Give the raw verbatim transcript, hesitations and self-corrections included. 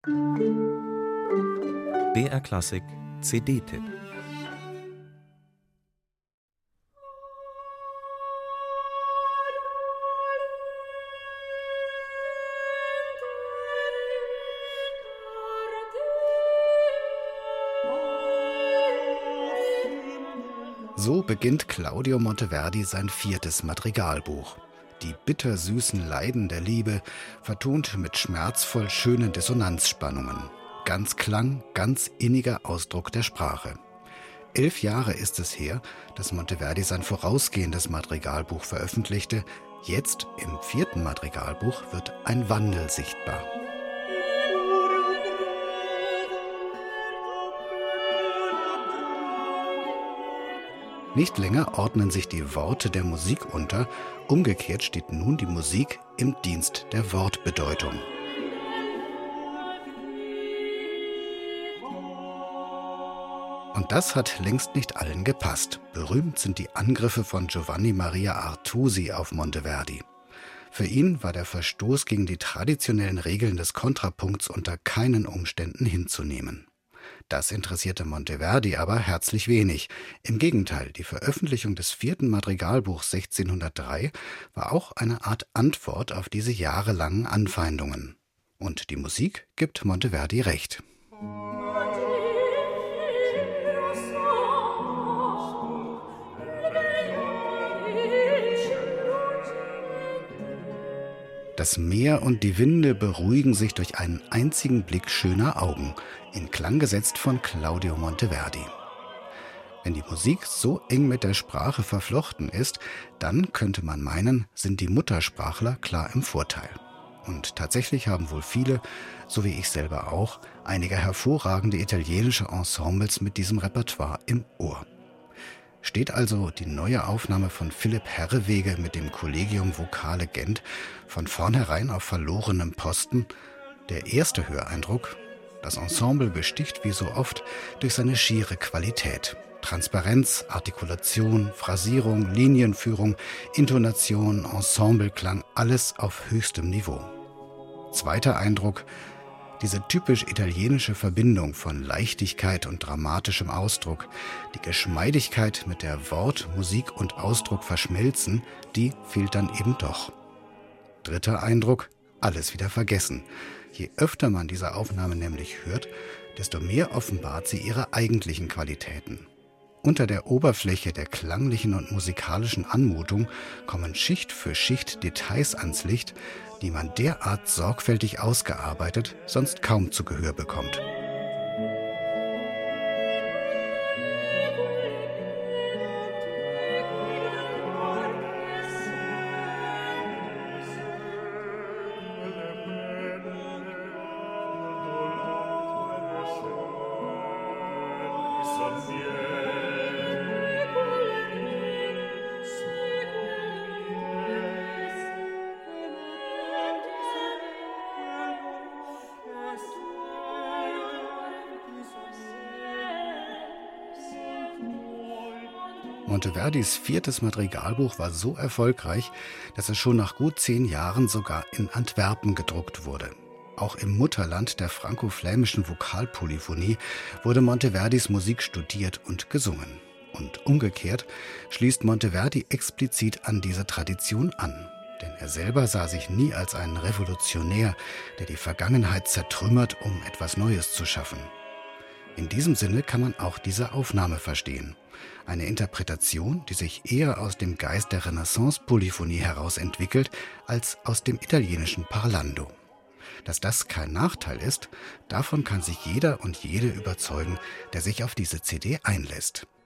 B R Klassik C D-Tipp. So beginnt Claudio Monteverdi sein viertes Madrigalbuch. Die bittersüßen Leiden der Liebe, vertont mit schmerzvoll schönen Dissonanzspannungen. Ganz Klang, ganz inniger Ausdruck der Sprache. Elf Jahre ist es her, dass Monteverdi sein vorausgehendes Madrigalbuch veröffentlichte. Jetzt, im vierten Madrigalbuch, wird ein Wandel sichtbar. Nicht länger ordnen sich die Worte der Musik unter, umgekehrt steht nun die Musik im Dienst der Wortbedeutung. Und das hat längst nicht allen gepasst. Berühmt sind die Angriffe von Giovanni Maria Artusi auf Monteverdi. Für ihn war der Verstoß gegen die traditionellen Regeln des Kontrapunkts unter keinen Umständen hinzunehmen. Das interessierte Monteverdi aber herzlich wenig. Im Gegenteil, die Veröffentlichung des vierten Madrigalbuchs sechzehnhundertdrei war auch eine Art Antwort auf diese jahrelangen Anfeindungen. Und die Musik gibt Monteverdi recht. Das Meer und die Winde beruhigen sich durch einen einzigen Blick schöner Augen, in Klang gesetzt von Claudio Monteverdi. Wenn die Musik so eng mit der Sprache verflochten ist, dann könnte man meinen, sind die Muttersprachler klar im Vorteil. Und tatsächlich haben wohl viele, so wie ich selber auch, einige hervorragende italienische Ensembles mit diesem Repertoire im Ohr. Steht also die neue Aufnahme von Philipp Herrewege mit dem Collegium Vocale Gent von vornherein auf verlorenem Posten? Der erste Höreindruck: Das Ensemble besticht wie so oft durch seine schiere Qualität. Transparenz, Artikulation, Phrasierung, Linienführung, Intonation, Ensembleklang, alles auf höchstem Niveau. Zweiter Eindruck: Diese typisch italienische Verbindung von Leichtigkeit und dramatischem Ausdruck, die Geschmeidigkeit, mit der Wort, Musik und Ausdruck verschmelzen, die fehlt dann eben doch. Dritter Eindruck: Alles wieder vergessen. Je öfter man diese Aufnahme nämlich hört, desto mehr offenbart sie ihre eigentlichen Qualitäten. Unter der Oberfläche der klanglichen und musikalischen Anmutung kommen Schicht für Schicht Details ans Licht, die man derart sorgfältig ausgearbeitet sonst kaum zu Gehör bekommt. Monteverdis viertes Madrigalbuch war so erfolgreich, dass es schon nach gut zehn Jahren sogar in Antwerpen gedruckt wurde. Auch im Mutterland der franko-flämischen Vokalpolyphonie wurde Monteverdis Musik studiert und gesungen. Und umgekehrt schließt Monteverdi explizit an diese Tradition an. Denn er selber sah sich nie als einen Revolutionär, der die Vergangenheit zertrümmert, um etwas Neues zu schaffen. In diesem Sinne kann man auch diese Aufnahme verstehen. Eine Interpretation, die sich eher aus dem Geist der Renaissance-Polyphonie heraus entwickelt, als aus dem italienischen Parlando. Dass das kein Nachteil ist, davon kann sich jeder und jede überzeugen, der sich auf diese C D einlässt.